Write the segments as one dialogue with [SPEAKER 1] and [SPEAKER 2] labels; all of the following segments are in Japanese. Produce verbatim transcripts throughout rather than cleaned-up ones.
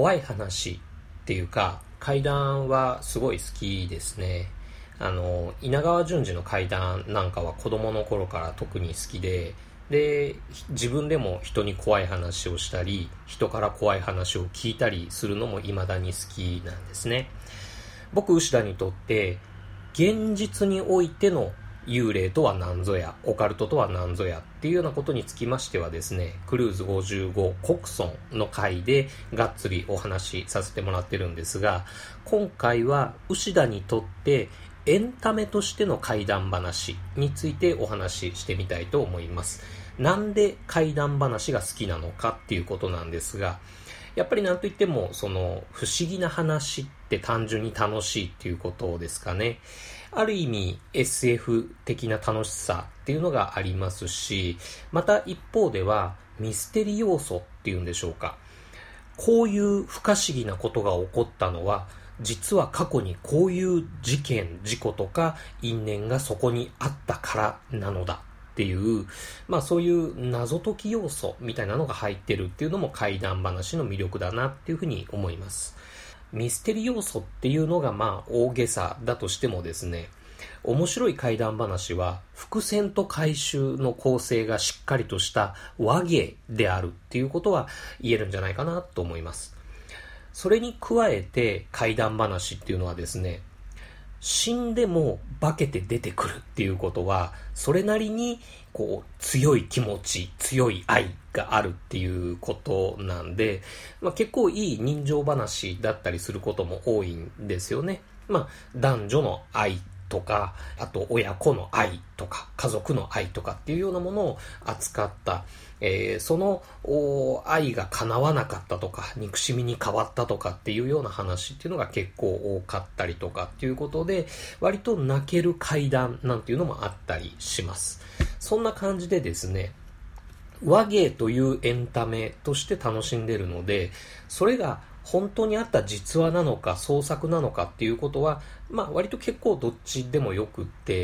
[SPEAKER 1] 怖い話っていうか怪談はすごい好きですね。あの稲川淳二の怪談なんかは子供の頃から特に好きで、で自分でも人に怖い話をしたり人から怖い話を聞いたりするのも未だに好きなんですね。僕牛田にとって現実においての幽霊とは何ぞや、オカルトとは何ぞやっていうようなことにつきましてはですね、クルーズごじゅうごコクソンの回でがっつりお話しさせてもらってるんですが、今回は牛田にとってエンタメとしての怪談話についてお話ししてみたいと思います。なんで怪談話が好きなのかっていうことなんですが、やっぱりなんといってもその不思議な話って単純に楽しいっていうことですかね。ある意味 エスエフ 的な楽しさっていうのがありますし、また一方ではミステリ要素っていうんでしょうか。こういう不可思議なことが起こったのは実は過去にこういう事件、事故とか因縁がそこにあったからなのだっていう、まあそういう謎解き要素みたいなのが入ってるっていうのも怪談話の魅力だなっていうふうに思います。ミステリ要素っていうのがまあ大げさだとしてもですね、面白い怪談話は伏線と回収の構成がしっかりとした話芸であるっていうことは言えるんじゃないかなと思います。それに加えて怪談話っていうのはですね、死んでも化けて出てくるっていうことはそれなりにこう強い気持ち、強い愛があるっていうことなんで、まあ、結構いい人情話だったりすることも多いんですよね。まあ男女の愛とか、あと親子の愛とか家族の愛とかっていうようなものを扱った、えー、その愛が叶わなかったとか憎しみに変わったとかっていうような話っていうのが結構多かったりとかっていうことで、割と泣ける怪談なんていうのもあったりします。そんな感じでですね、話芸というエンタメとして楽しんでるので、それが本当にあった実話なのか創作なのかっていうことは、まあ割と結構どっちでもよくって、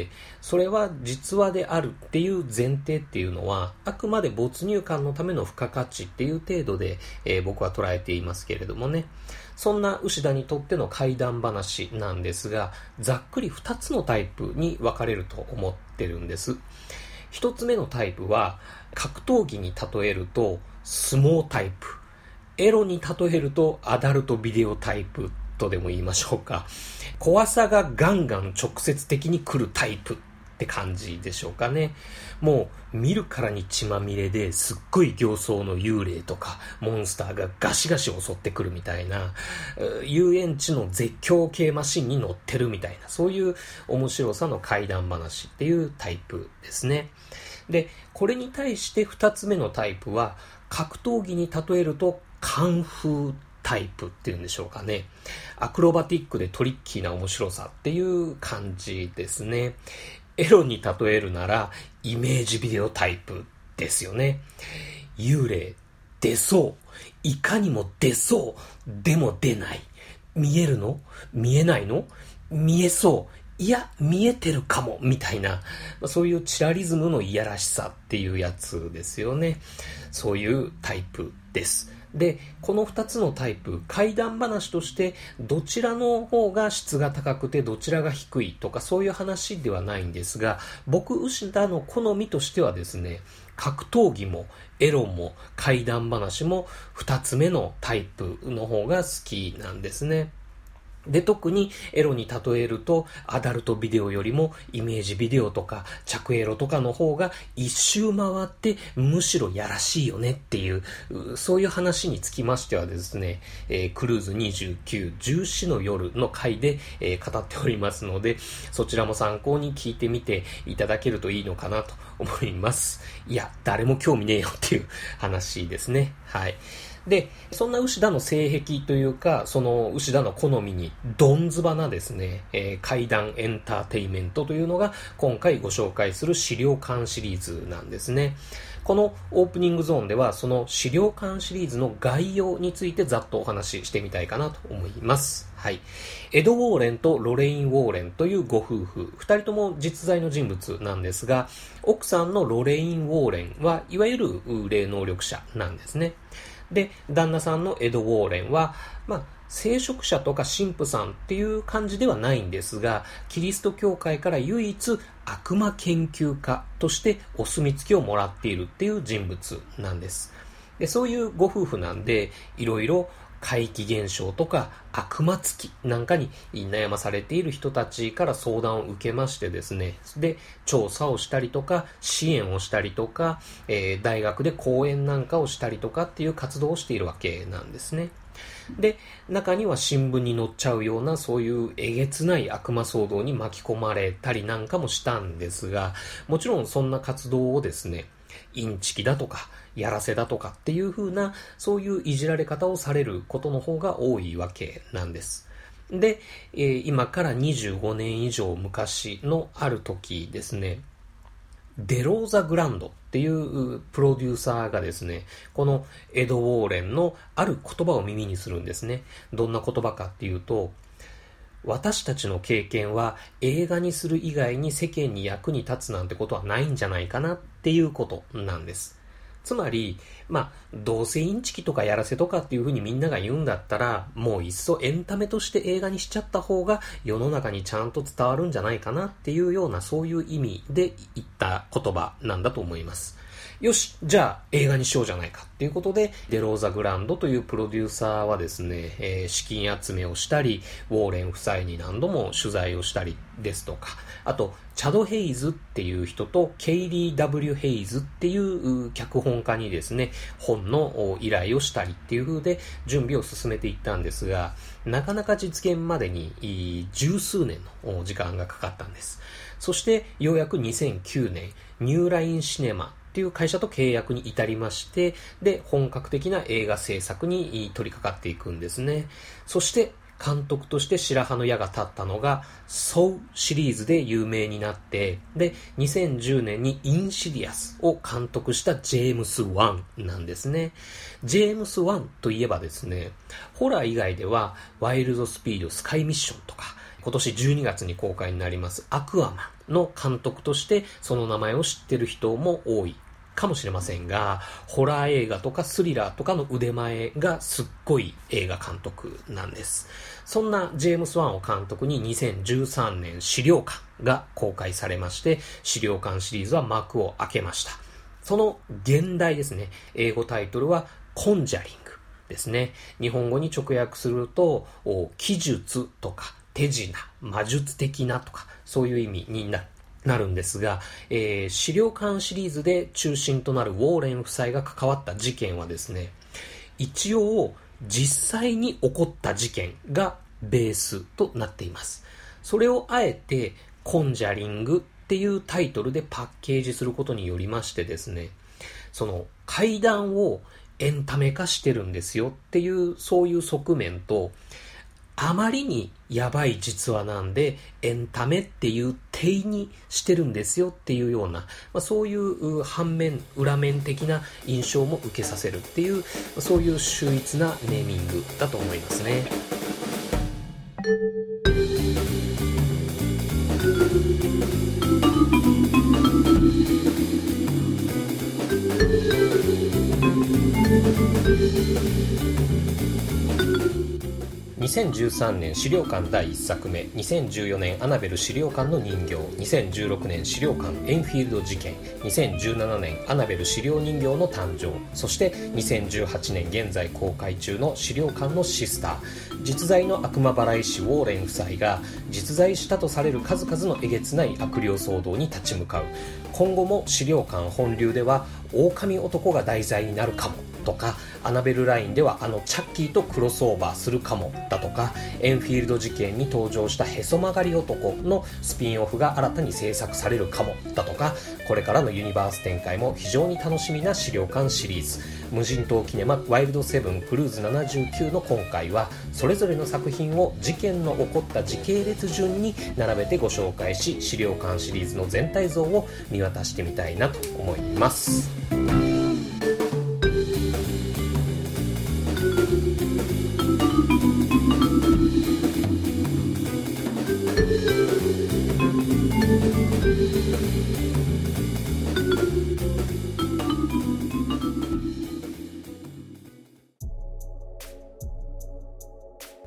[SPEAKER 1] それは実話であるっていう前提っていうのは、あくまで没入感のための付加価値っていう程度で、えー、僕は捉えていますけれどもね。そんな牛田にとっての怪談話なんですが、ざっくりふたつのタイプに分かれると思ってるんです。ひとつめのタイプは、格闘技に例えると相撲タイプ。エロに例えるとアダルトビデオタイプとでも言いましょうか。怖さがガンガン直接的に来るタイプって感じでしょうかね。もう見るからに血まみれですっごい形相の幽霊とかモンスターがガシガシ襲ってくるみたいな、遊園地の絶叫系マシンに乗ってるみたいな、そういう面白さの怪談話っていうタイプですね。で、これに対して二つ目のタイプは、格闘技に例えるとカンフータイプっていうんでしょうかね。アクロバティックでトリッキーな面白さっていう感じですね。エロに例えるならイメージビデオタイプですよね。幽霊出そう、いかにも出そうでも出ない、見えるの見えないの、見えそう、いや見えてるかもみたいな、そういうチラリズムのいやらしさっていうやつですよね。そういうタイプです。で、このふたつのタイプ、怪談話としてどちらの方が質が高くてどちらが低いとかそういう話ではないんですが、僕牛田の好みとしてはですね、格闘技もエロも怪談話もふたつめのタイプの方が好きなんですね。で、特にエロに例えるとアダルトビデオよりもイメージビデオとか着エロとかの方が一周回ってむしろやらしいよねっていう、そういう話につきましてはですね、えー、クルーズにじゅうきゅう、じゅうしの夜の回で、えー、語っておりますので、そちらも参考に聞いてみていただけるといいのかなと思います。いや、誰も興味ねえよっていう話ですね。はい。で、そんな牛田の性癖というか、その牛田の好みにドンズバなですね、えー、怪談エンターテイメントというのが今回ご紹介する資料館シリーズなんですね。このオープニングゾーンではその資料館シリーズの概要についてざっとお話ししてみたいかなと思います。はい。エド・ウォーレンとロレイン・ウォーレンというご夫婦、二人とも実在の人物なんですが、奥さんのロレイン・ウォーレンはいわゆる霊能力者なんですね。 で、旦那さんのエド・ウォーレンは、まあ、聖職者とか神父さんっていう感じではないんですが、キリスト教会から唯一悪魔研究家としてお墨付きをもらっているっていう人物なんです。で、そういうご夫婦なんで、いろいろ怪奇現象とか悪魔つきなんかに悩まされている人たちから相談を受けましてですね、で、調査をしたりとか、支援をしたりとか、えー、大学で講演なんかをしたりとかっていう活動をしているわけなんですね。で、中には新聞に載っちゃうようなそういうえげつない悪魔騒動に巻き込まれたりなんかもしたんですが、もちろんそんな活動をですね、インチキだとか、やらせだとかっていう風な、そういういじられ方をされることの方が多いわけなんです。で、えー、今からにじゅうごねん以上昔のある時ですね、デローザ・グランドっていうプロデューサーがですね、このエド・ウォーレンのある言葉を耳にするんですね。どんな言葉かっていうと、私たちの経験は映画にする以外に世間に役に立つなんてことはないんじゃないかなっていうことなんです。つまり、まあ、どうせインチキとかやらせとかっていうふうにみんなが言うんだったら、もういっそエンタメとして映画にしちゃった方が世の中にちゃんと伝わるんじゃないかなっていうような、そういう意味で言った言葉なんだと思います。よし、じゃあ映画にしようじゃないかっていうことで、デローザ・グランドというプロデューサーはですね、えー、資金集めをしたり、ウォーレン夫妻に何度も取材をしたりですとか、あと、チャド・ヘイズっていう人とケイリー・ダブリュー・ヘイズっていう脚本家にですね、本の依頼をしたりっていう風で準備を進めていったんですが、なかなか実現までに十数年の時間がかかったんです。そしてようやくにせんきゅうねん、ニューラインシネマっていう会社と契約に至りまして、で、本格的な映画制作に取り掛かっていくんですね。そして、監督として白羽の矢が立ったのが、ソウシリーズで有名になって、で、にせんじゅうねんにインシディアスを監督したジェームス・ワンなんですね。ジェームス・ワンといえばですね、ホラー以外では、ワイルド・スピード・スカイ・ミッションとか、今年じゅうにがつに公開になりますアクアマンの監督としてその名前を知ってる人も多いかもしれませんが、ホラー映画とかスリラーとかの腕前がすっごい映画監督なんです。そんなジェームス・ワンを監督ににせんじゅうさんねん資料館が公開されまして、資料館シリーズは幕を開けました。その現代ですね、英語タイトルはコンジャリングですね。日本語に直訳すると、奇術とか手品、魔術的なとか、そういう意味になる。なるんですが、えー、資料館シリーズで中心となるウォーレン夫妻が関わった事件はですね、一応実際に起こった事件がベースとなっています。それをあえてコンジャリングっていうタイトルでパッケージすることによりましてですね、その怪談をエンタメ化してるんですよっていうそういう側面と、あまりにやばい実話なんでエンタメっていう体にしてるんですよっていうような、まあ、そういう反面裏面的な印象も受けさせるっていう、そういう秀逸なネーミングだと思いますね。にせんじゅうさんねん資料館だいいっさくめ、にせんじゅうよねんアナベル資料館の人形、にせんじゅうろくねん資料館エンフィールド事件、にせんじゅうななねんアナベル資料人形の誕生、そしてにせんじゅうはちねん現在公開中の資料館のシスター、実在の悪魔払い師ウォーレン夫妻が実在したとされる数々のえげつない悪霊騒動に立ち向かう。今後も資料館本流では狼男が題材になるかもとか、アナベルラインではあのチャッキーとクロスオーバーするかもだとか、エンフィールド事件に登場したへそ曲がり男のスピンオフが新たに制作されるかもだとか、これからのユニバース展開も非常に楽しみな資料館シリーズ、無人島キネマワイルドセブンクルーズななじゅうきゅうの今回はそれぞれの作品を事件の起こった時系列順に並べてご紹介し、資料館シリーズの全体像を見渡してみたいなと思います。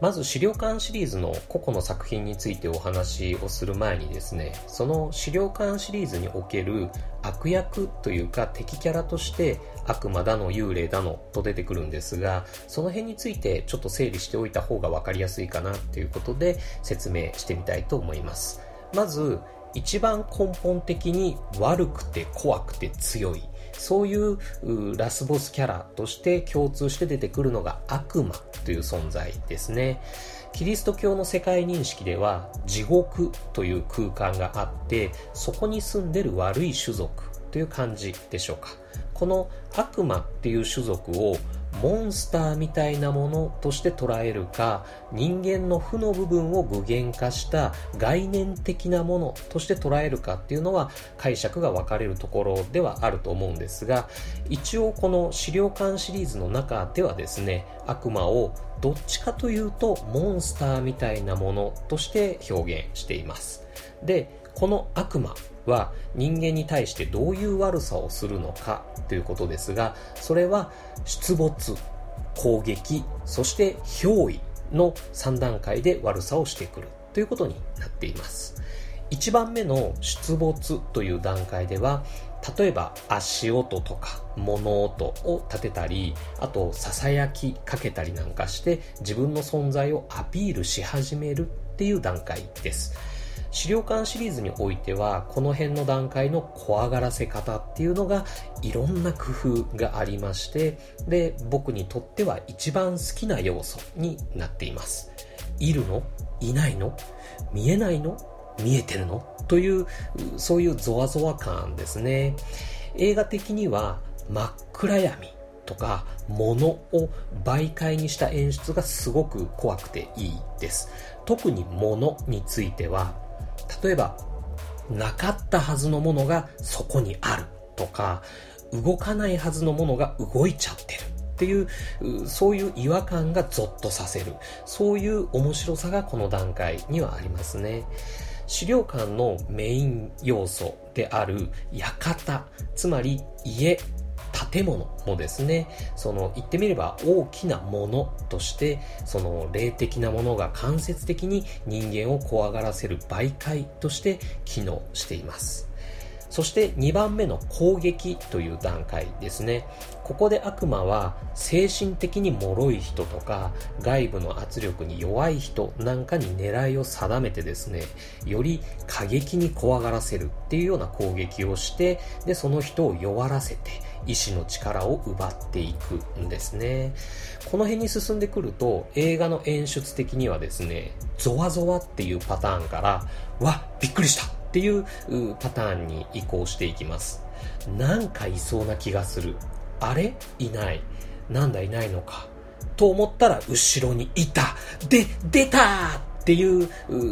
[SPEAKER 1] まず資料館シリーズの個々の作品についてお話をする前にですね、その資料館シリーズにおける悪役というか敵キャラとして悪魔だの幽霊だのと出てくるんですが、その辺についてちょっと整理しておいた方が分かりやすいかなということで説明してみたいと思います。まず一番根本的に悪くて怖くて強い、そういうラスボスキャラとして共通して出てくるのが悪魔という存在ですね。キリスト教の世界認識では地獄という空間があって、そこに住んでる悪い種族という感じでしょうか。この悪魔っていう種族をモンスターみたいなものとして捉えるか、人間の負の部分を具現化した概念的なものとして捉えるかっていうのは解釈が分かれるところではあると思うんですが、一応この資料館シリーズの中ではですね、悪魔をどっちかというとモンスターみたいなものとして表現しています。で、この悪魔は人間に対してどういう悪さをするのかということですが、それは出没、攻撃、そして憑依のさん段階で悪さをしてくるということになっています。いちばんめの出没という段階では、例えば足音とか物音を立てたり、あと囁きかけたりなんかして自分の存在をアピールし始めるっていう段階です。資料館シリーズにおいてはこの辺の段階の怖がらせ方っていうのがいろんな工夫がありまして、で僕にとっては一番好きな要素になっています。いるの？いないの？見えないの？見えてるの？というそういうゾワゾワ感ですね。映画的には真っ暗闇とか物を媒介にした演出がすごく怖くていいです。特に物については、例えばなかったはずのものがそこにあるとか、動かないはずのものが動いちゃってるっていう、そういう違和感がゾッとさせる、そういう面白さがこの段階にはありますね。資料館のメイン要素である館、つまり家、建物もですね、その言ってみれば大きなものとして、その霊的なものが間接的に人間を怖がらせる媒介として機能しています。そしてにばんめの攻撃という段階ですね。ここで悪魔は精神的に脆い人とか外部の圧力に弱い人なんかに狙いを定めてですね、より過激に怖がらせるっていうような攻撃をして、でその人を弱らせて意志の力を奪っていくんですね。この辺に進んでくると映画の演出的にはですね、ゾワゾワっていうパターンからわっびっくりしたっていうパターンに移行していきます。なんかいそうな気がする、あれいない、なんだいないのかと思ったら後ろにいた、で出たっていう、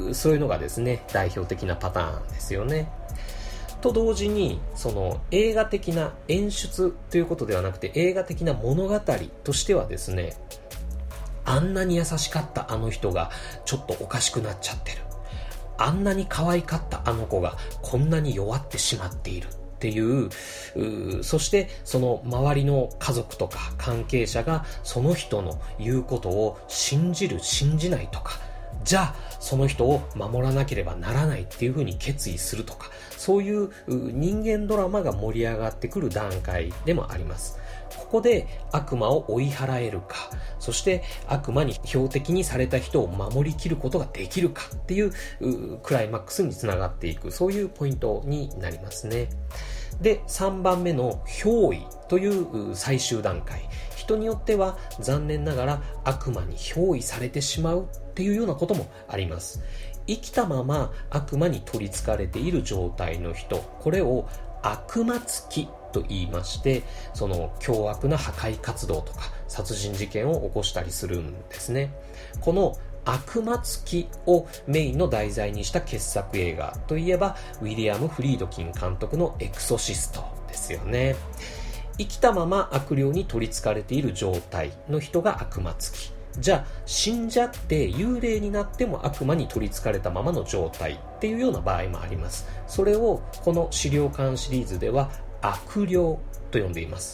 [SPEAKER 1] そういうのがですね代表的なパターンですよね。と同時にその映画的な演出ということではなくて、映画的な物語としてはですね、あんなに優しかったあの人がちょっとおかしくなっちゃってる、あんなに可愛かったあの子がこんなに弱ってしまっているっていう、うそしてその周りの家族とか関係者がその人の言うことを信じる信じないとか、じゃあその人を守らなければならないっていうふうに決意するとか、そういう人間ドラマが盛り上がってくる段階でもあります。ここで悪魔を追い払えるか、そして悪魔に標的にされた人を守りきることができるかっていうクライマックスにつながっていく、そういうポイントになりますね。で、さんばんめの憑依という最終段階、人によっては残念ながら悪魔に憑依されてしまうっていうようなこともあります。生きたまま悪魔に取り憑かれている状態の人、これを悪魔つきと言いまして、その凶悪な破壊活動とか殺人事件を起こしたりするんですね。この悪魔つきをメインの題材にした傑作映画といえばウィリアム・フリードキン監督のエクソシストですよね。生きたまま悪霊に取り憑かれている状態の人が悪魔つき、じゃあ死んじゃって幽霊になっても悪魔に取り憑かれたままの状態っていうような場合もあります。それをこの資料館シリーズでは悪霊と呼んでいます。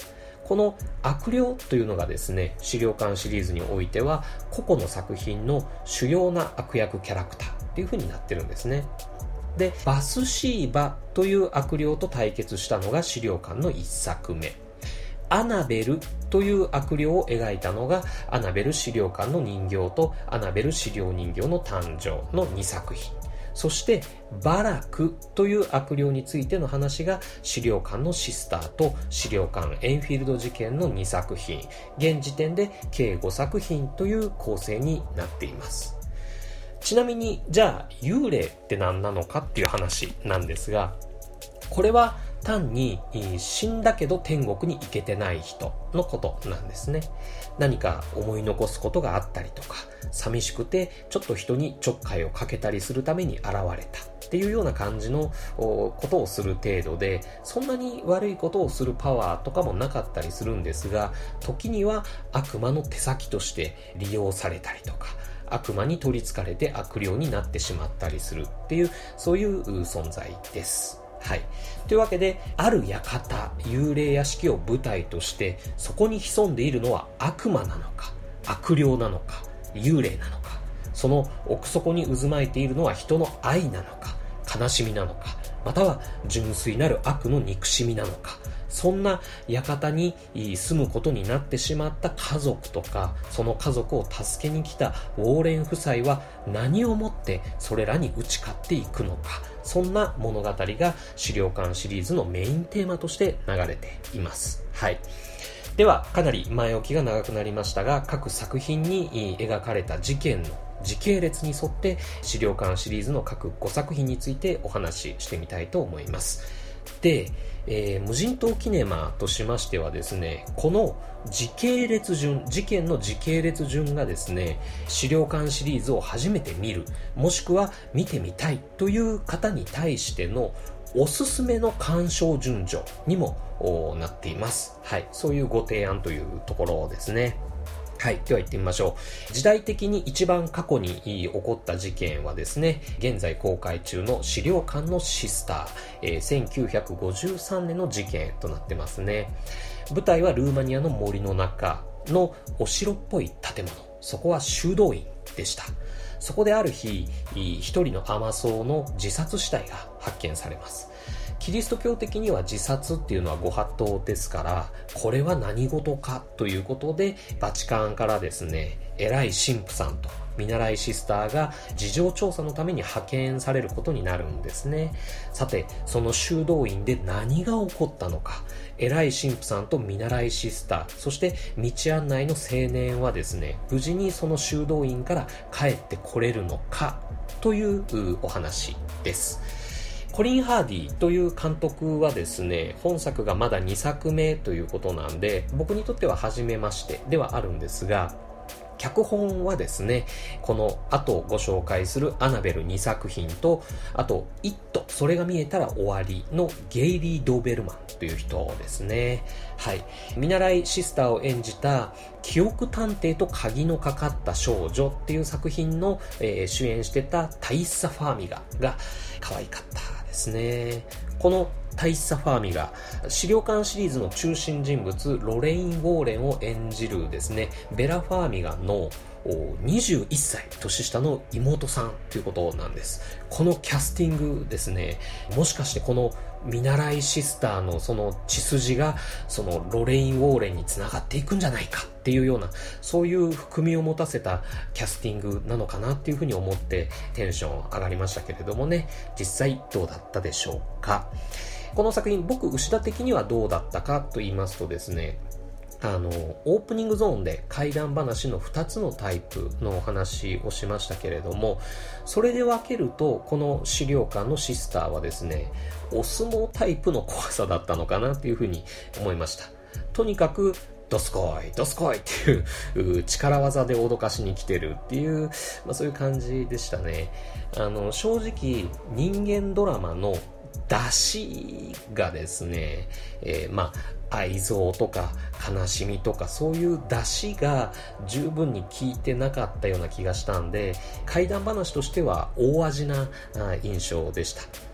[SPEAKER 1] この悪霊というのがですね、資料館シリーズにおいては個々の作品の主要な悪役キャラクターっていう風になってるんですね。で、バスシーバという悪霊と対決したのが資料館のいっさくめ。アナベルという悪霊を描いたのがアナベル資料館の人形とアナベル資料人形の誕生のにさくひん。そしてバラクという悪霊についての話が資料館のシスターと資料館エンフィールド事件のにさくひん。現時点で計ごさくひんという構成になっています。ちなみに、じゃあ幽霊って何なのかっていう話なんですが、これは単に死んだけど天国に行けてない人のことなんですね。何か思い残すことがあったりとか、寂しくてちょっと人にちょっかいをかけたりするために現れたっていうような感じのことをする程度で、そんなに悪いことをするパワーとかもなかったりするんですが、時には悪魔の手先として利用されたりとか、悪魔に取り憑かれて悪霊になってしまったりするっていう、そういう存在です。はい。というわけで、ある館、幽霊屋敷を舞台として、そこに潜んでいるのは悪魔なのか、悪霊なのか、幽霊なのか、その奥底に渦巻いているのは人の愛なのか、悲しみなのか、または純粋なる悪の憎しみなのか、そんな館に住むことになってしまった家族とか、その家族を助けに来たウォーレン夫妻は何をもってそれらに打ち勝っていくのか、そんな物語が資料館シリーズのメインテーマとして流れています。はい。では、かなり前置きが長くなりましたが、各作品に描かれた事件の時系列に沿って資料館シリーズの各ごさくひんについてお話ししてみたいと思います。で、えー、無人島キネマとしましてはですね、この時系列順、事件の時系列順がですね、資料館シリーズを初めて見る、もしくは見てみたいという方に対してのおすすめの鑑賞順序にもなっています。はい、そういうご提案というところですね。はい。では行ってみましょう。時代的に一番過去に起こった事件はですね、現在公開中の資料館のシスター、えー、せんきゅうひゃくごじゅうさんねんの事件となってますね。舞台はルーマニアの森の中のお城っぽい建物。そこは修道院でした。そこである日、一人の尼僧の自殺死体が発見されます。キリスト教的には自殺っていうのはご法度ですから、これは何事かということで、バチカンからですね、偉い神父さんと見習いシスターが事情調査のために派遣されることになるんですね。さて、その修道院で何が起こったのか、偉い神父さんと見習いシスター、そして道案内の青年はですね、無事にその修道院から帰ってこれるのかというお話です。コリン・ハーディという監督はですね、本作がまだにさくめということなんで、僕にとっては初めましてではあるんですが、脚本はですね、この後ご紹介するアナベルにさくひんと、あと、イット、それが見えたら終わりのゲイリー・ドーベルマンという人ですね。はい。見習いシスターを演じた、記憶探偵と鍵のかかった少女っていう作品の、えー、主演してたタイッサ・ファーミガが可愛かったですね。このタイッサ・ファーミガ、資料館シリーズの中心人物ロレイン・ウォーレンを演じるですね、ベラ・ファーミガのにじゅういっさい年下の妹さんということなんです。このキャスティングですね、もしかしてこの見習いシスターのその血筋がそのロレイン・ウォーレンにつながっていくんじゃないかっていうような、そういう含みを持たせたキャスティングなのかなっていうふうに思ってテンション上がりましたけれどもね、実際どうだったでしょうか。この作品、僕牛田的にはどうだったかと言いますとですね、あのオープニングゾーンで怪談話のふたつのタイプのお話をしましたけれども、それで分けるとこの資料館のシスターはですね、お相撲タイプの怖さだったのかなというふうに思いました。とにかくドスコイドスコイっていう力技で脅かしに来てるっていう、まあ、そういう感じでしたね。あの正直人間ドラマの出しがですね、えー、まあ愛憎とか悲しみとかそういう出しが十分に効いてなかったような気がしたんで、怪談話としては大味な印象でした。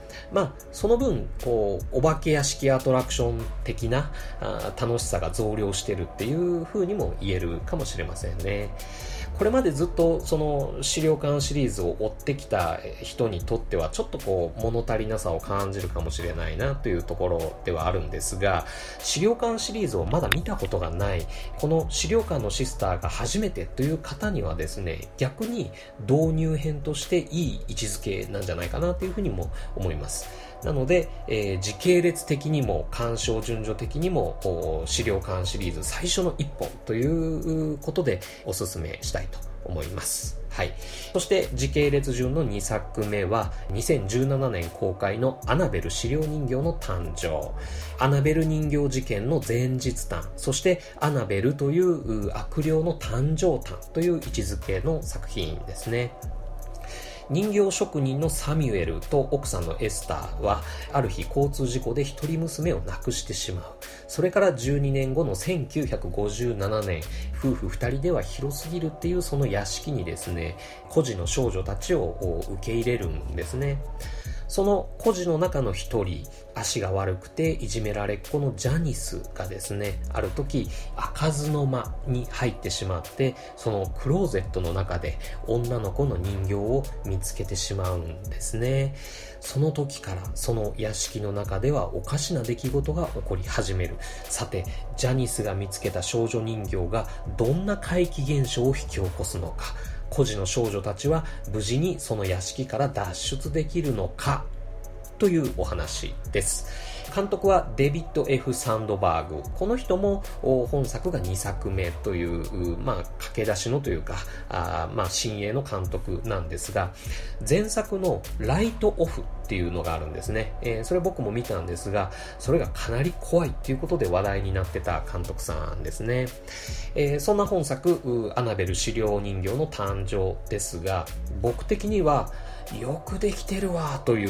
[SPEAKER 1] まあその分こうお化け屋敷アトラクション的なあ楽しさが増量してるっていう風にも言えるかもしれませんね。これまでずっとその資料館シリーズを追ってきた人にとってはちょっとこう物足りなさを感じるかもしれないなというところではあるんですが、資料館シリーズをまだ見たことがない、この資料館のシスターが初めてという方にはですね、逆に導入編としていい位置づけなんじゃないかなというふうにも思います。なので、えー、時系列的にも鑑賞順序的にも資料館シリーズ最初の一本ということでおすすめしたいと思います。はい。そして時系列順のにさくめはにせんじゅうななねん公開のアナベル資料人形の誕生。アナベル人形事件の前日譚、そしてアナベルという悪霊の誕生譚という位置づけの作品ですね。人形職人のサミュエルと奥さんのエスターはある日交通事故で一人娘を亡くしてしまう。それからじゅうにねんごのせんきゅうひゃくごじゅうななねん、夫婦二人では広すぎるっていうその屋敷にですね、孤児の少女たちを受け入れるんですね。その孤児の中の一人、足が悪くていじめられっ子のジャニスがですね、ある時開かずの間に入ってしまって、そのクローゼットの中で女の子の人形を見つけてしまうんですね。その時からその屋敷の中ではおかしな出来事が起こり始める。さて、ジャニスが見つけた少女人形がどんな怪奇現象を引き起こすのか、孤児の少女たちは無事にその屋敷から脱出できるのかというお話です。監督はデビッド・ F ・サンドバーグ。この人も本作がにさくめという、まあ、駆け出しのというか、あまあ、新鋭の監督なんですが、前作のライト・オフっていうのがあるんですね。えー、それ僕も見たんですが、それがかなり怖いっていうことで話題になってた監督さんですね。えー、そんな本作、アナベル資料人形の誕生ですが、僕的にはよくできてるわという、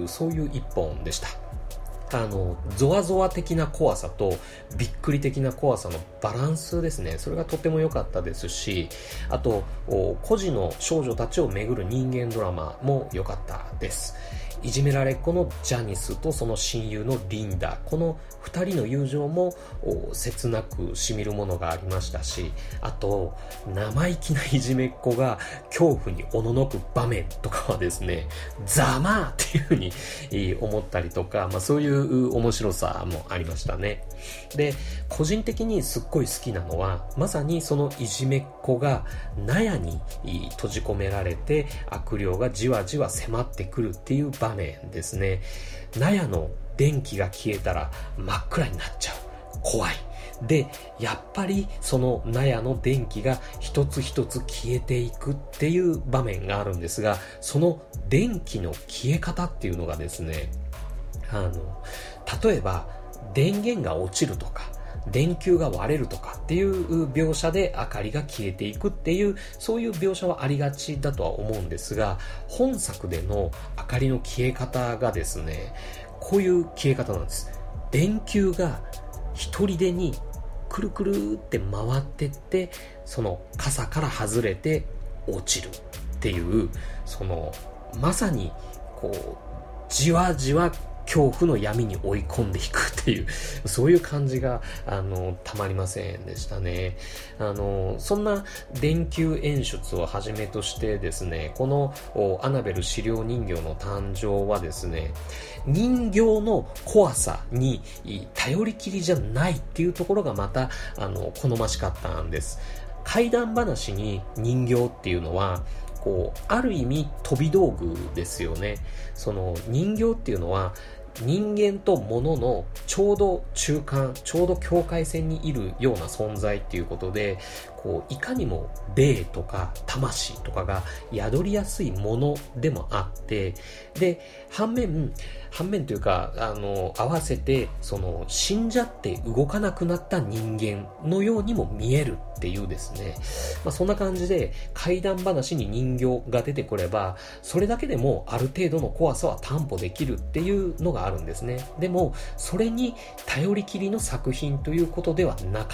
[SPEAKER 1] そういう一本でした。あのゾワゾワ的な怖さとびっくり的な怖さのバランスですね。それがとても良かったですし、あと孤児の少女たちをめぐる人間ドラマも良かったです。いじめられっ子のジャニスとその親友のリンダ、この二人の友情も切なく染みるものがありましたし、あと生意気ないじめっ子が恐怖におののく場面とかはですね、ざまーっていうふうに思ったりとか、まあ、そういう面白さもありましたね。で、個人的にすっごい好きなのは、まさにそのいじめっ子が納屋に閉じ込められて悪霊がじわじわ迫ってくるっていう場面ですね。納屋の電気が消えたら真っ暗になっちゃう。怖い。で、やっぱりその納屋の電気が一つ一つ消えていくっていう場面があるんですが、その電気の消え方っていうのがですね、あの、例えば電源が落ちるとか、電球が割れるとかっていう描写で明かりが消えていくっていう、そういう描写はありがちだとは思うんですが、本作での明かりの消え方がですね、こういう消え方なんです。電球が一人でにくるくるって回ってって、その傘から外れて落ちるっていう、そのまさにこうじわじわ恐怖の闇に追い込んでいくっていう、そういう感じがあのたまりませんでしたね。あのそんな電球演出をはじめとしてですね、このアナベル資料人形の誕生はですね、人形の怖さに頼りきりじゃないっていうところがまたあの好ましかったんです。怪談話に人形っていうのはこうある意味飛び道具ですよね。その人形っていうのは人間と物のちょうど中間、ちょうど境界線にいるような存在っていうことで、こういかにも霊とか魂とかが宿りやすいものでもあって、で反面反面というかあの合わせてその死んじゃって動かなくなった人間のようにも見えるっていうですね、まあ、そんな感じで怪談話に人形が出てくればそれだけでもある程度の怖さは担保できるっていうのがあるんですね。でもそれに頼りきりの作品ということではなかったっ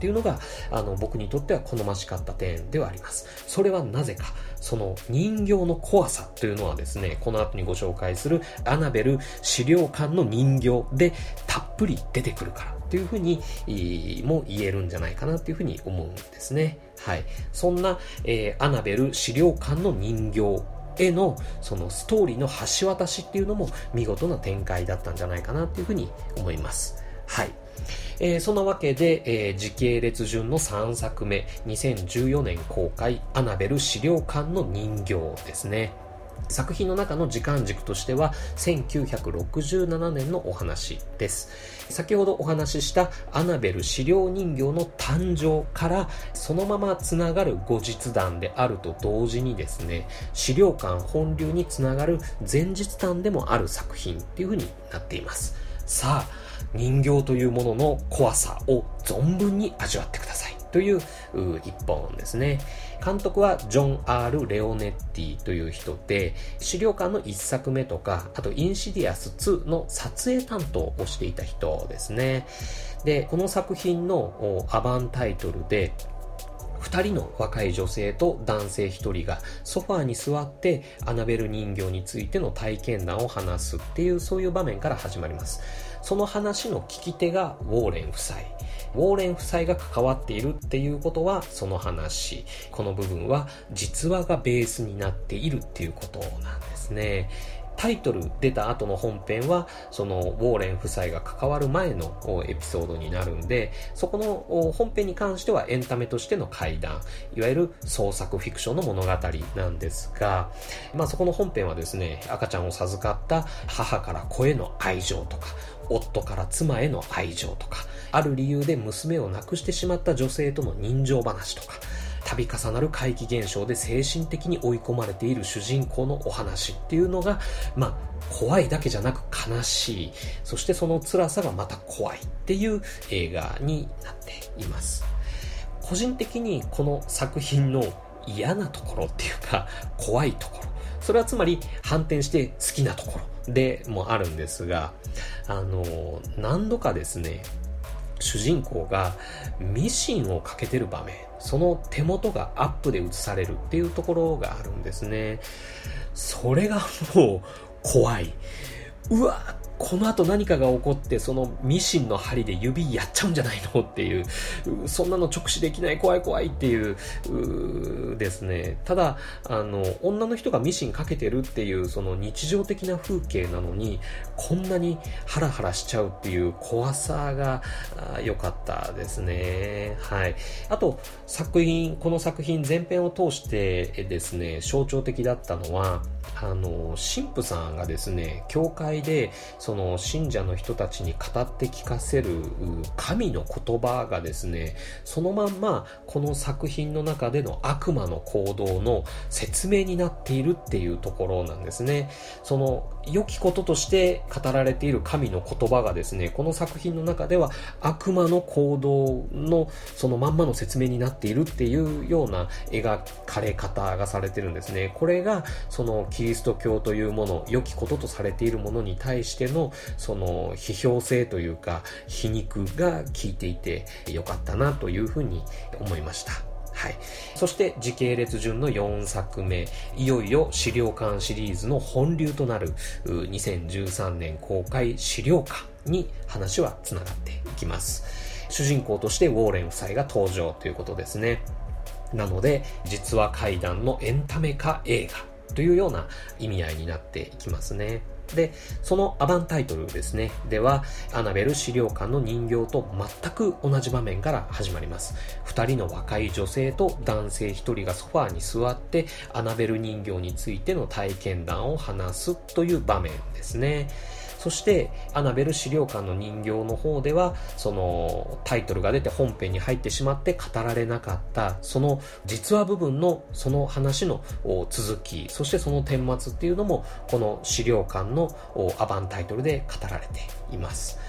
[SPEAKER 1] っていうのが、あの、僕にとっては好ましかった点ではあります。それはなぜか、その人形の怖さというのはですね、この後にご紹介するアナベル資料館の人形でたっぷり出てくるからというふうにも言えるんじゃないかなというふうに思うんですね。はい。そんな、えー、アナベル資料館の人形へのそのストーリーの橋渡しっていうのも見事な展開だったんじゃないかなというふうに思います。はい。えー、そんなわけで、えー、時系列順のさんさくめ、にせんじゅうよねん公開、アナベル資料館の人形ですね。作品の中の時間軸としてはせんきゅうひゃくろくじゅうななねんのお話です。先ほどお話ししたアナベル資料人形の誕生からそのままつながる後日談であると同時にですね、資料館本流につながる前日談でもある作品っていう風になっています。さあ、人形というものの怖さを存分に味わってくださいという一本ですね。監督はジョン・アール・レオネッティという人で、資料館のいっさくめとか、あとインシディアスツーの撮影担当をしていた人ですね。で、この作品のアバンタイトルで、二人の若い女性と男性一人がソファーに座ってアナベル人形についての体験談を話すっていう、そういう場面から始まります。その話の聞き手がウォーレン夫妻。ウォーレン夫妻が関わっているっていうことはその話。この部分は実話がベースになっているっていうことなんですね。タイトル出た後の本編はそのウォーレン夫妻が関わる前のエピソードになるんで、そこの本編に関してはエンタメとしての怪談、いわゆる創作フィクションの物語なんですが、まあそこの本編はですね、赤ちゃんを授かった母から子への愛情とか、夫から妻への愛情とか、ある理由で娘を亡くしてしまった女性との人情話とか、度重なる怪奇現象で精神的に追い込まれている主人公のお話っていうのが、まあ怖いだけじゃなく悲しい、そしてその辛さがまた怖いっていう映画になっています。個人的にこの作品の嫌なところっていうか怖いところ、それはつまり反転して好きなところでもあるんですが、あの何度かですね、主人公がミシンをかけてる場面、その手元がアップで映されるっていうところがあるんですね。それがもう怖い。うわ、この後何かが起こってそのミシンの針で指やっちゃうんじゃないのっていう、そんなの直視できない、怖い怖いっていう、うですね。ただあの女の人がミシンかけてるっていうその日常的な風景なのに、こんなにハラハラしちゃうっていう怖さが良かったですね。はい。あと作品、この作品全編を通してですね、象徴的だったのは、あの神父さんがですね、教会でその信者の人たちに語って聞かせる神の言葉がですね、そのまんまこの作品の中での悪魔の行動の説明になっているっていうところなんですね。その良きこととして語られている神の言葉がですね、この作品の中では悪魔の行動のそのまんまの説明になっているっていうような描かれ方がされてるんですね。これがそのキリスト教というもの、良きこととされているものに対してのその批評性というか皮肉が効いていてよかったなというふうに思いました。はい。そして時系列順のよんさくめ、いよいよ資料館シリーズの本流となるにせんじゅうさんねん公開資料館に話はつながっていきます。主人公としてウォーレン夫妻が登場ということですね。なので実話怪談のエンタメ化映画というような意味合いになっていきますね。で、そのアバンタイトルですね。では、アナベル資料館の人形と全く同じ場面から始まります。二人の若い女性と男性一人がソファーに座って、アナベル人形についての体験談を話すという場面ですね。そしてアナベル資料館の人形の方では、そのタイトルが出て本編に入ってしまって語られなかったその実話部分のその話の続き、そしてその顛末っていうのもこの資料館のアバンタイトルで語られています。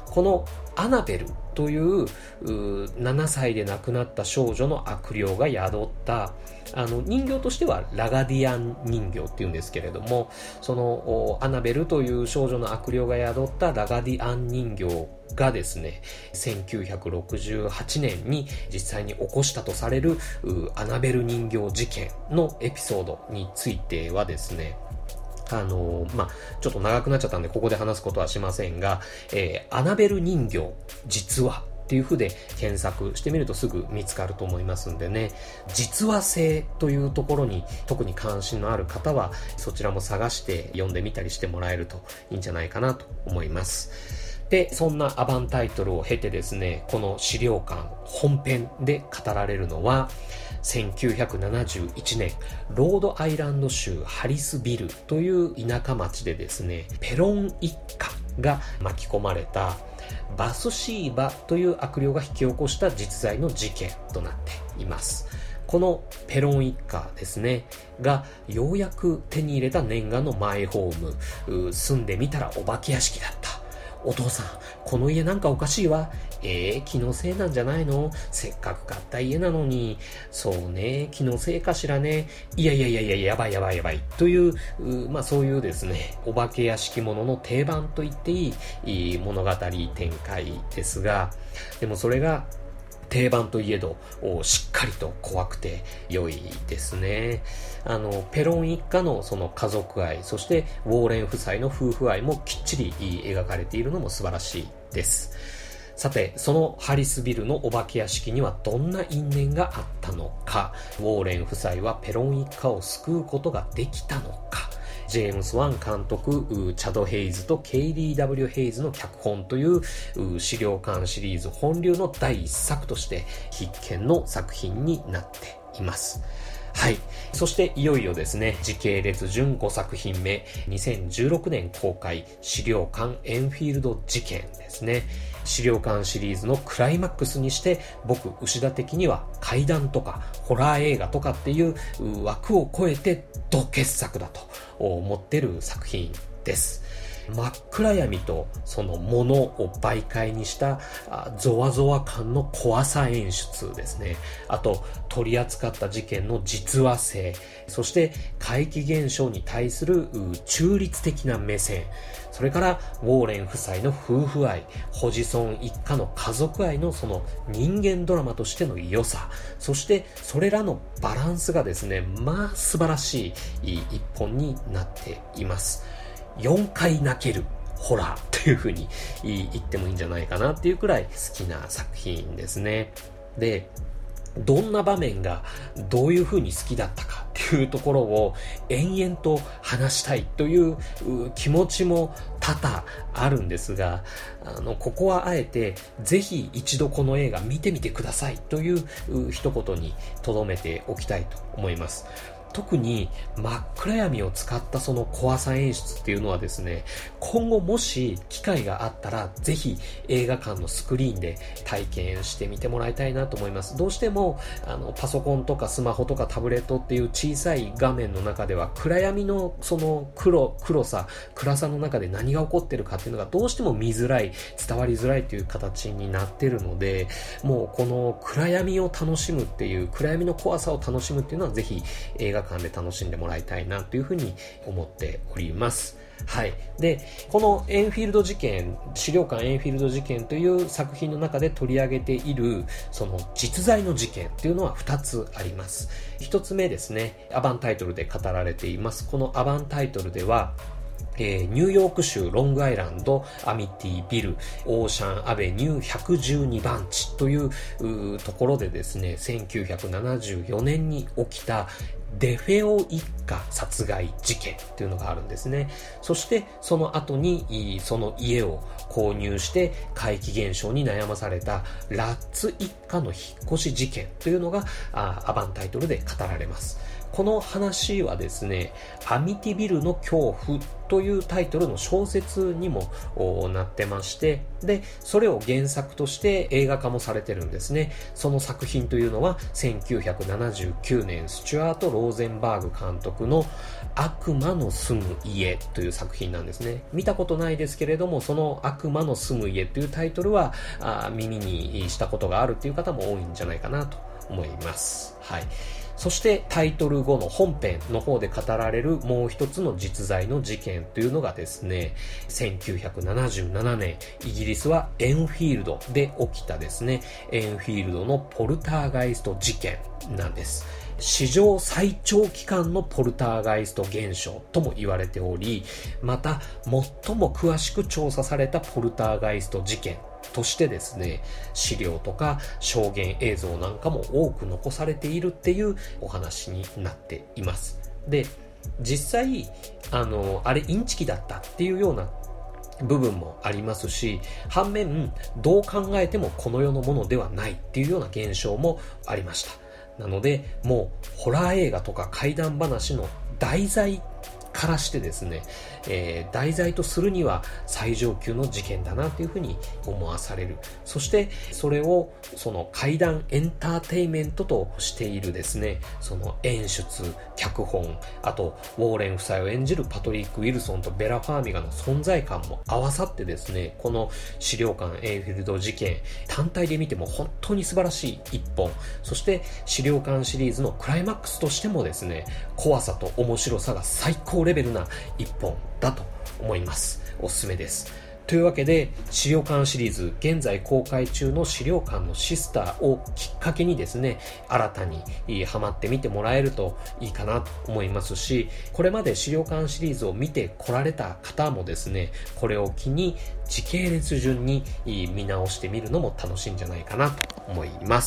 [SPEAKER 1] このアナベルというななさいで亡くなった少女の悪霊が宿ったあの人形としてはラガディアン人形っていうんですけれども、そのアナベルという少女の悪霊が宿ったラガディアン人形がですね、せんきゅうひゃくろくじゅうはちねんに実際に起こしたとされるアナベル人形事件のエピソードについてはですね、あのー、まあ、ちょっと長くなっちゃったんでここで話すことはしませんが、えー、アナベル人形実話っていう風で検索してみるとすぐ見つかると思いますんでね、実話性というところに特に関心のある方はそちらも探して読んでみたりしてもらえるといいんじゃないかなと思います。で、そんなアバンタイトルを経てですね、この資料館本編で語られるのはせんきゅうひゃくななじゅういちねん、ロードアイランド州ハリスビルという田舎町でですね、ペロン一家が巻き込まれたバスシーバという悪霊が引き起こした実在の事件となっています。このペロン一家ですねがようやく手に入れた念願のマイホーム、住んでみたらお化け屋敷だった。お父さん、この家なんかおかしいわ。えー、気のせいなんじゃないの？せっかく買った家なのに。そうね、気のせいかしらね。いやいやいやいや、やばいやばいやばい。という、うまあそういうですね、お化け屋敷ものの定番と言っていい、いい物語展開ですが、でもそれが、定番といえどしっかりと怖くて良いですね。あのペロン一家のその家族愛、そしてウォーレン夫妻の夫婦愛もきっちり描かれているのも素晴らしいです。さて、そのハリスビルのお化け屋敷にはどんな因縁があったのか、ウォーレン夫妻はペロン一家を救うことができたのか、ジェームス・ワン監督、チャド・ヘイズとケイリー・ダブリュー・ヘイズの脚本という資料館シリーズ本流の第一作として必見の作品になっています。はい。そしていよいよですね、時系列順ごさく品目、にせんじゅうろくねん公開、資料館エンフィールド事件ですね。資料館シリーズのクライマックスにして、僕、牛田的には怪談とかホラー映画とかっていう枠を超えてド傑作だと思ってる作品です。真っ暗闇とそのものを媒介にしたゾワゾワ感の怖さ演出ですね。あと取り扱った事件の実話性、そして怪奇現象に対する中立的な目線、それからウォーレン夫妻の夫婦愛、ホジソン一家の家族愛のその人間ドラマとしての良さ、そしてそれらのバランスがですね、まあ素晴らしい一本になっています。よんかい泣けるホラーという風に言ってもいいんじゃないかなっていうくらい好きな作品ですね。で、どんな場面がどういう風に好きだったかっていうところを延々と話したいという気持ちも多々あるんですが、あのここはあえてぜひ一度この映画見てみてくださいという一言に留めておきたいと思います。特に真っ暗闇を使ったその怖さ演出っていうのはですね、今後もし機会があったらぜひ映画館のスクリーンで体験してみてもらいたいなと思います。どうしてもあのパソコンとかスマホとかタブレットっていう小さい画面の中では暗闇のその黒、黒さ、暗さの中で何が起こってるかっていうのがどうしても見づらい、伝わりづらいという形になってるので、もうこの暗闇を楽しむっていう、暗闇の怖さを楽しむっていうのはぜひ映画館で楽しんでもらいたいなというふうに思っております。はい。で、このエンフィールド事件、資料館エンフィールド事件という作品の中で取り上げているその実在の事件っていうのはふたつあります。ひとつめですね、アバンタイトルで語られています。このアバンタイトルではえー、ニューヨーク州ロングアイランドアミティビルオーシャンアベニューひゃくじゅうにばん地というところでですね、せんきゅうひゃくななじゅうよねんに起きたデフェオ一家殺害事件というのがあるんですね。そしてその後にその家を購入して怪奇現象に悩まされたラッツ一家の引っ越し事件というのがアバンタイトルで語られます。 この話はですね、アミティビルの恐怖というタイトルの小説にもなってまして、で、それを原作として映画化もされてるんですね。その作品というのはせんきゅうひゃくななじゅうきゅうねんスチュアート・ローゼンバーグ監督の悪魔の住む家という作品なんですね。見たことないですけれども、その悪魔の住む家というタイトルはあ耳にしたことがあるという方も多いんじゃないかなと思います。はい。そしてタイトル後の本編の方で語られるもう一つの実在の事件というのがですね、せんきゅうひゃくななじゅうななねんイギリスはエンフィールドで起きたですね、エンフィールドのポルターガイスト事件なんです。史上最長期間のポルターガイスト現象とも言われており、また最も詳しく調査されたポルターガイスト事件としてですね、資料とか証言映像なんかも多く残されているっていうお話になっています。で、実際あのあれインチキだったっていうような部分もありますし、反面どう考えてもこの世のものではないっていうような現象もありました。なのでもうホラー映画とか怪談話の題材からしてですね、えー、題材とするには最上級の事件だなというふうに思わされる。そしてそれをその怪談エンターテイメントとしているですね、その演出、脚本、あとウォーレン夫妻を演じるパトリック・ウィルソンとベラ・ファーミガの存在感も合わさってですね、この資料館エンフィールド事件単体で見ても本当に素晴らしい一本、そして資料館シリーズのクライマックスとしてもですね、怖さと面白さが最高レベルな一本だと思います。おすすめです。というわけで、資料館シリーズ現在公開中の資料館のシスターをきっかけにですね、新たにハマってみてもらえるといいかなと思いますし、これまで資料館シリーズを見てこられた方もですね、これを機に時系列順に見直してみるのも楽しいんじゃないかなと思います。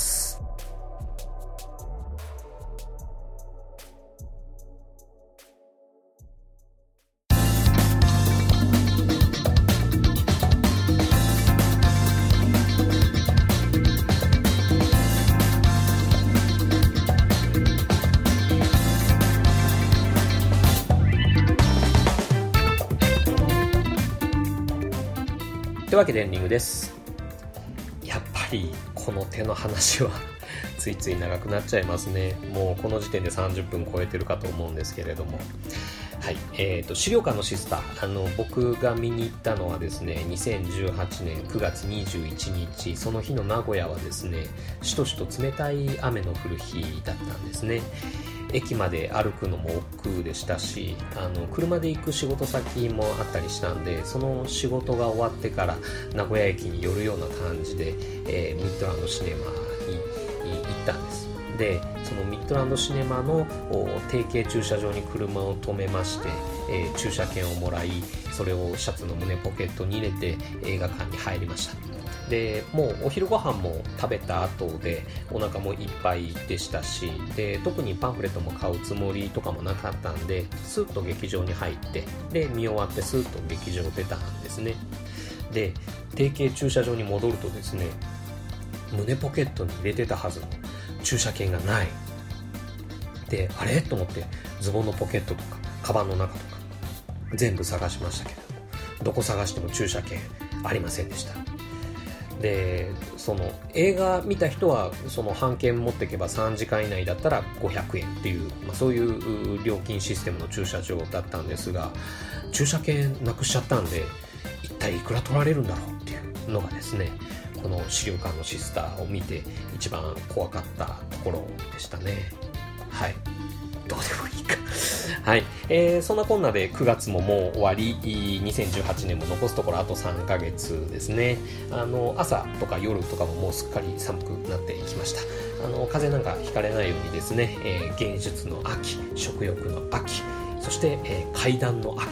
[SPEAKER 1] というわけでエンディングです。やっぱりこの手の話はついつい長くなっちゃいますね。もうこの時点でさんじゅっぷん超えてるかと思うんですけれども、はい、えーと資料館のシスター、あの僕が見に行ったのはですね、にせんじゅうはちねんくがつにじゅういちにち、その日の名古屋はですね、しとしと冷たい雨の降る日だったんですね。駅まで歩くのも億劫でしたし、あの車で行く仕事先もあったりしたんで、その仕事が終わってから名古屋駅に寄るような感じで、えー、ミッドランドシネマに行ったんです。で、そのミッドランドシネマの提携駐車場に車を止めまして、えー、駐車券をもらい、それをシャツの胸ポケットに入れて映画館に入りました。で、もうお昼ご飯も食べた後でお腹もいっぱいでしたし、で特にパンフレットも買うつもりとかもなかったんで、スーッと劇場に入って、で見終わってスーッと劇場出たんですね。で、提携駐車場に戻るとですね、胸ポケットに入れてたはずの駐車券がない。で、あれと思ってズボンのポケットとかカバンの中とか全部探しましたけど、どこ探しても駐車券ありませんでした。で、その映画見た人はその半券持っていけばさんじかん以内だったらごひゃくえんっていう、まあ、そういう料金システムの駐車場だったんですが、駐車券なくしちゃったんで、一体いくら取られるんだろうっていうのがですね、この資料館のシスターを見て一番怖かったところでしたね。はい、どうでもいいかはい、えー、そんなこんなでくがつももう終わり、にせんじゅうはちねんも残すところあとさんかげつですね。あの朝とか夜とかももうすっかり寒くなってきました。あの風邪なんかひかれないようにですね、えー、芸術の秋、食欲の秋、そして、えー、怪談の秋と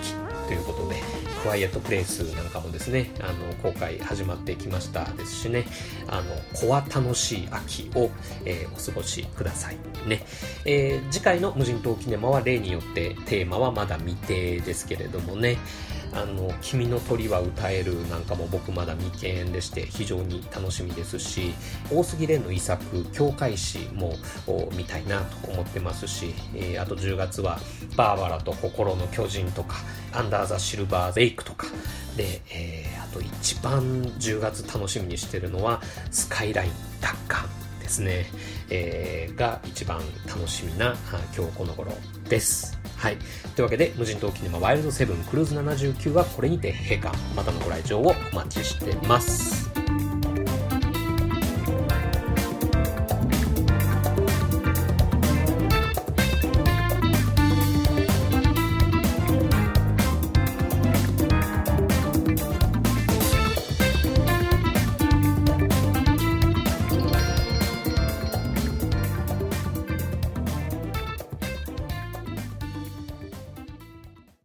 [SPEAKER 1] ということで、クワイエットプレイスなんかもですね、あの公開始まってきましたですしね、あの子は楽しい秋を、えー、お過ごしくださいね。えー、次回の無人島キネマは例によってテーマはまだ未定ですけれどもね、あの君の鳥は歌えるなんかも僕まだ未見でして非常に楽しみですし、大杉蓮の遺作教会誌も見たいなと思ってますし、えー、あとじゅうがつはバーバラと心の巨人とかアンダーザシルバーレイクとかで、えー、あと一番じゅうがつ楽しみにしてるのはスカイライン奪還ですね、えー、が一番楽しみな今日この頃です。はい。というわけで、無人島キネマワイルドセブンクルーズななじゅうきゅうはこれにて閉館。またのご来場をお待ちしてます。